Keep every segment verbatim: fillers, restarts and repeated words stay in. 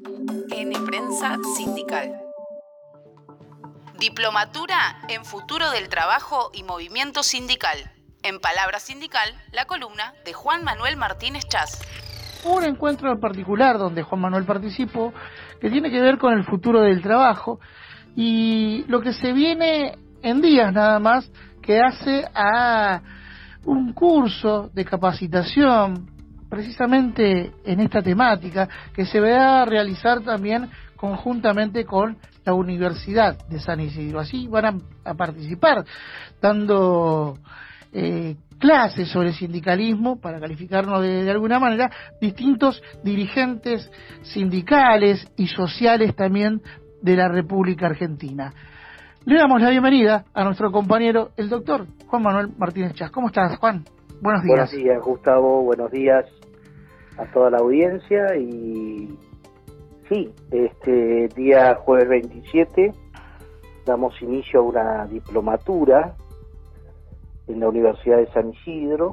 N Prensa Sindical. Diplomatura en Futuro del Trabajo y Movimiento Sindical. En Palabra Sindical, la columna de Juan Manuel Martínez Chas. Un encuentro en particular donde Juan Manuel participó, que tiene que ver con el futuro del trabajo y lo que se viene en días nada más, que hace a un curso de capacitación precisamente en esta temática, que se va a realizar también conjuntamente con la Universidad de San Isidro. Así van a, a participar dando eh, clases sobre sindicalismo, para calificarnos de, de alguna manera, distintos dirigentes sindicales y sociales también de la República Argentina. Le damos la bienvenida a nuestro compañero, el doctor Juan Manuel Martínez Chas. ¿Cómo estás, Juan? Buenos días. Buenos días, Gustavo. Buenos días a toda la audiencia. Y sí, este día jueves veintisiete damos inicio a una diplomatura en la Universidad de San Isidro,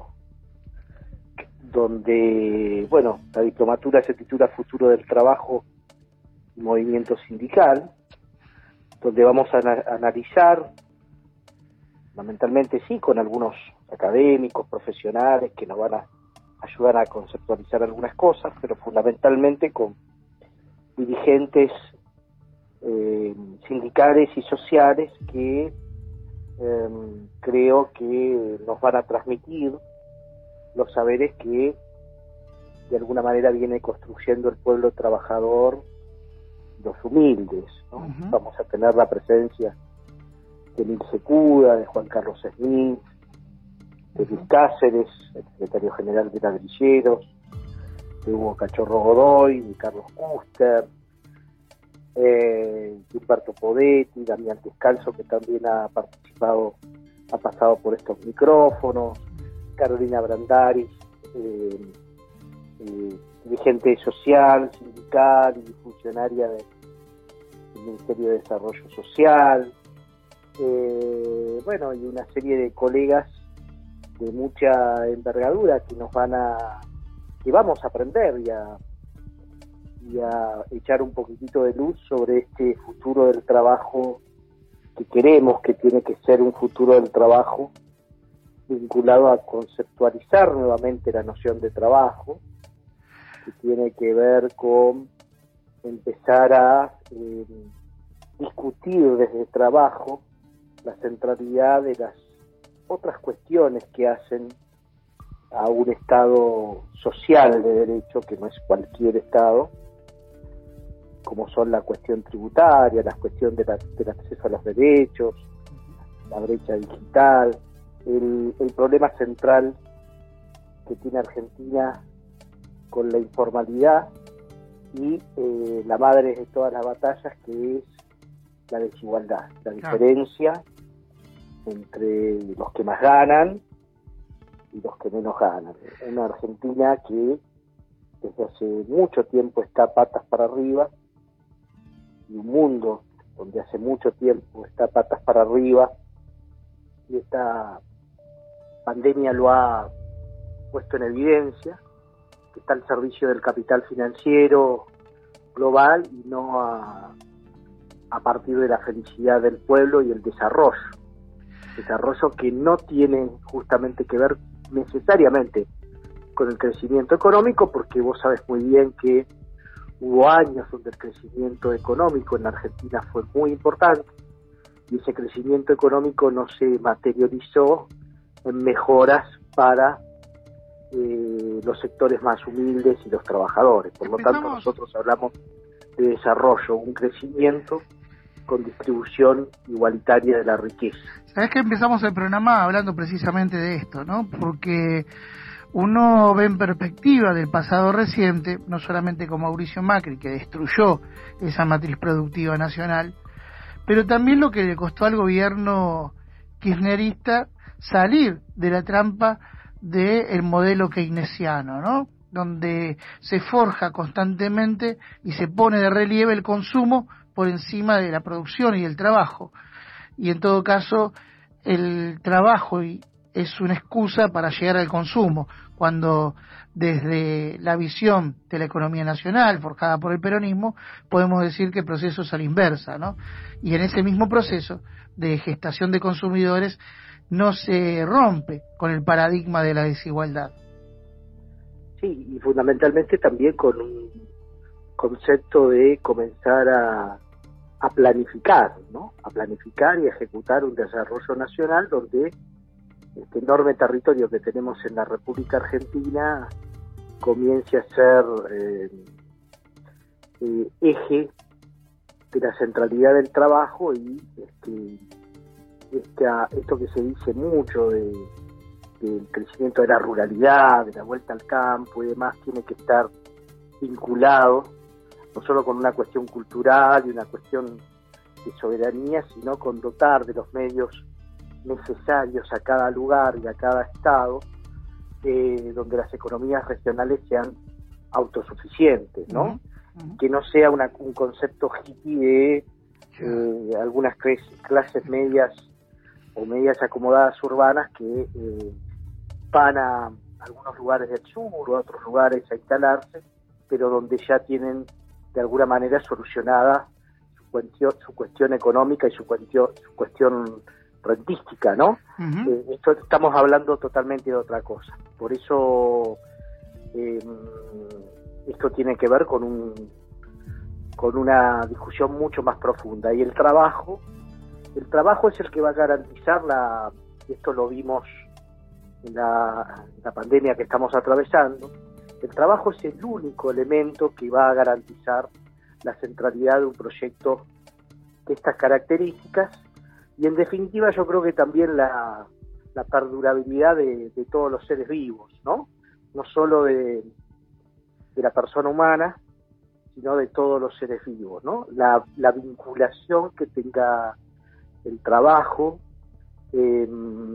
donde, bueno, la diplomatura se titula Futuro del Trabajo y Movimiento Sindical, donde vamos a ana- analizar, fundamentalmente sí, con algunos académicos, profesionales que nos van a ayudar a conceptualizar algunas cosas, pero fundamentalmente con dirigentes eh, sindicales y sociales que eh, creo que nos van a transmitir los saberes que de alguna manera viene construyendo el pueblo trabajador, los humildes, ¿no? Uh-huh. Vamos a tener la presencia de Emil Secuda, de Juan Carlos Smith, de Luis Cáceres, el secretario general de Ladrilleros, de Hugo Cachorro Godoy, de Carlos Custer, eh, de Humberto Podetti, Damián Descalzo, que también ha participado, ha pasado por estos micrófonos, Carolina Brandaris, eh, eh, dirigente social, sindical y funcionaria de, del Ministerio de Desarrollo Social, eh, bueno, y una serie de colegas de mucha envergadura que nos van a, que vamos a aprender y a, y a echar un poquitito de luz sobre este futuro del trabajo que queremos, que tiene que ser un futuro del trabajo vinculado a conceptualizar nuevamente la noción de trabajo, que tiene que ver con empezar a eh, discutir desde el trabajo la centralidad de las otras cuestiones que hacen a un Estado social de derecho, que no es cualquier Estado, como son la cuestión tributaria, la cuestión de la, del acceso a los derechos, la brecha digital, el, el problema central que tiene Argentina con la informalidad y eh, la madre de todas las batallas, que es la desigualdad, la diferencia entre los que más ganan y los que menos ganan. Una Argentina que desde hace mucho tiempo está patas para arriba, y un mundo donde hace mucho tiempo está patas para arriba, y esta pandemia lo ha puesto en evidencia, que está al servicio del capital financiero global y no a, a partir de la felicidad del pueblo y el desarrollo. Desarrollo que no tiene justamente que ver necesariamente con el crecimiento económico, porque vos sabes muy bien que hubo años donde el crecimiento económico en la Argentina fue muy importante y ese crecimiento económico no se materializó en mejoras para eh, los sectores más humildes y los trabajadores. Por lo tanto, nosotros hablamos de desarrollo, un crecimiento con distribución igualitaria de la riqueza. Sabés que empezamos el programa hablando precisamente de esto, ¿no? Porque uno ve en perspectiva del pasado reciente, no solamente con Mauricio Macri, que destruyó esa matriz productiva nacional, pero también lo que le costó al gobierno kirchnerista salir de la trampa del modelo keynesiano, ¿no? Donde se forja constantemente y se pone de relieve el consumo por encima de la producción y el trabajo. Y en todo caso, el trabajo es una excusa para llegar al consumo, cuando desde la visión de la economía nacional forjada por el peronismo, podemos decir que el proceso es a la inversa, ¿no? Y en ese mismo proceso de gestación de consumidores no se rompe con el paradigma de la desigualdad. Sí, y fundamentalmente también con un concepto de comenzar a, a planificar, ¿no? A planificar y ejecutar un desarrollo nacional donde este enorme territorio que tenemos en la República Argentina comience a ser eh, eh, eje de la centralidad del trabajo y este, esta, esto que se dice mucho de, del crecimiento de la ruralidad, de la vuelta al campo y demás, tiene que estar vinculado no solo con una cuestión cultural y una cuestión de soberanía, sino con dotar de los medios necesarios a cada lugar y a cada estado, eh, donde las economías regionales sean autosuficientes, ¿no? Uh-huh. Uh-huh. Que no sea una, un concepto hippie de eh, algunas clases medias o medias acomodadas urbanas que eh, van a algunos lugares del sur o a otros lugares a instalarse, pero donde ya tienen de alguna manera solucionada su cuestión, su cuestión económica y su cuestión, su cuestión rentística, ¿no? Uh-huh. Eh, esto estamos hablando totalmente de otra cosa. Por eso eh, esto tiene que ver con un con una discusión mucho más profunda. Y el trabajo, el trabajo es el que va a garantizar la, esto lo vimos en la, en la pandemia que estamos atravesando, el trabajo es el único elemento que va a garantizar la centralidad de un proyecto de estas características y en definitiva yo creo que también la, la perdurabilidad de, de todos los seres vivos, ¿no? No solo de, de la persona humana, sino de todos los seres vivos, ¿no? La, la vinculación que tenga el trabajo eh,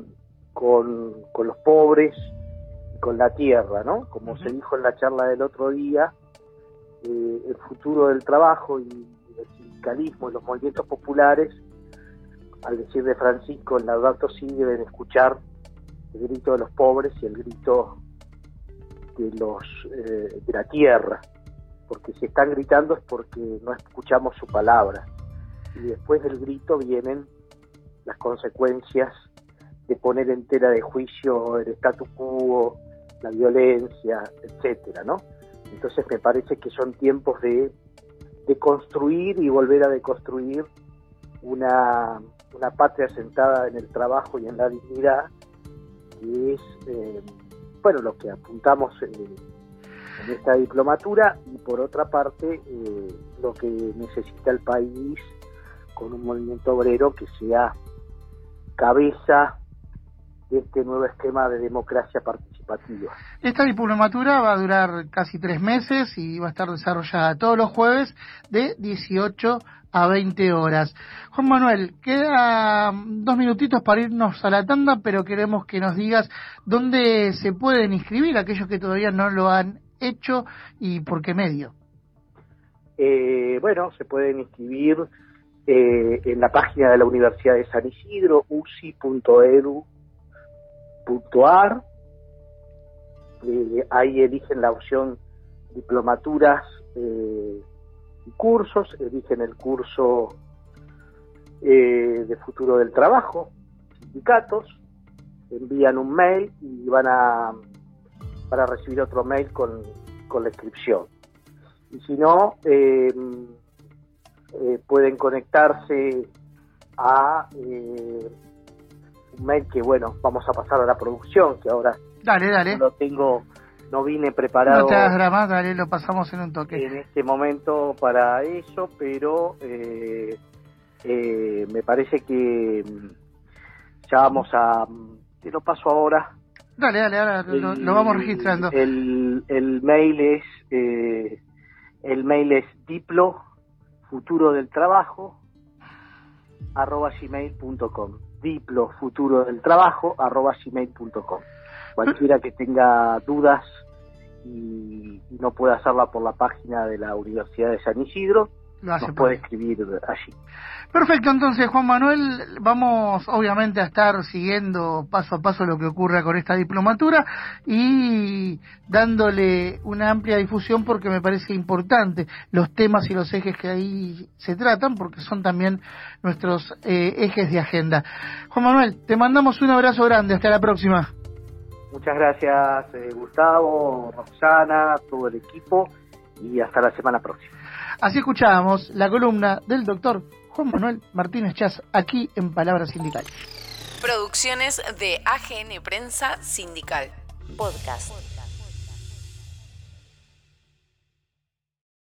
con, con los pobres, con la tierra, ¿no? Como uh-huh. se dijo en la charla del otro día, eh, el futuro del trabajo y el sindicalismo y los movimientos populares, al decir de Francisco, en Laudato Si, deben escuchar el grito de los pobres y el grito de los eh, de la tierra, porque si están gritando es porque no escuchamos su palabra, y después del grito vienen las consecuencias de poner en tela de juicio el statu quo, la violencia, etcétera, ¿no? Entonces me parece que son tiempos de, de construir y volver a deconstruir una, una patria sentada en el trabajo y en la dignidad, que es, eh, bueno, lo que apuntamos en, en esta diplomatura, y por otra parte, eh, lo que necesita el país con un movimiento obrero que sea cabeza de este nuevo esquema de democracia participativa. Esta diplomatura va a durar casi tres meses y va a estar desarrollada todos los jueves de dieciocho a veinte horas. Juan Manuel, quedan dos minutitos para irnos a la tanda, pero queremos que nos digas dónde se pueden inscribir aquellos que todavía no lo han hecho y por qué medio. Eh, bueno, se pueden inscribir eh, en la página de la Universidad de San Isidro, u c i punto e d u punto a r. Eh, ahí eligen la opción diplomaturas eh, y cursos, eligen el curso eh, de futuro del trabajo, sindicatos, envían un mail y van a para recibir otro mail con, con la inscripción. Y si no, eh, eh, pueden conectarse a eh, un mail que, bueno, vamos a pasar a la producción, que ahora dale, dale. no lo tengo, no vine preparado. No te hagas drama, dale, lo pasamos en un toque. En este momento para eso, pero eh, eh, me parece que ya vamos a, te lo paso ahora. Dale, dale, ahora el, lo, lo vamos registrando. El, el mail es eh, el mail es diplo futuro del trabajo arroba gmail punto com. Diplo futuro del trabajo arroba gmail punto com. Cualquiera que tenga dudas y, y no pueda hacerla por la página de la Universidad de San Isidro, lo hace nos puede por... escribir allí. Perfecto, entonces Juan Manuel, vamos obviamente a estar siguiendo paso a paso lo que ocurra con esta diplomatura y dándole una amplia difusión porque me parece importante los temas y los ejes que ahí se tratan porque son también nuestros eh, ejes de agenda. Juan Manuel, te mandamos un abrazo grande, hasta la próxima. Muchas gracias eh, Gustavo, Roxana, todo el equipo y hasta la semana próxima. Así escuchábamos la columna del doctor Juan Manuel Martínez Chas, aquí en Palabra Sindical. Producciones de A G N Prensa Sindical. Podcast.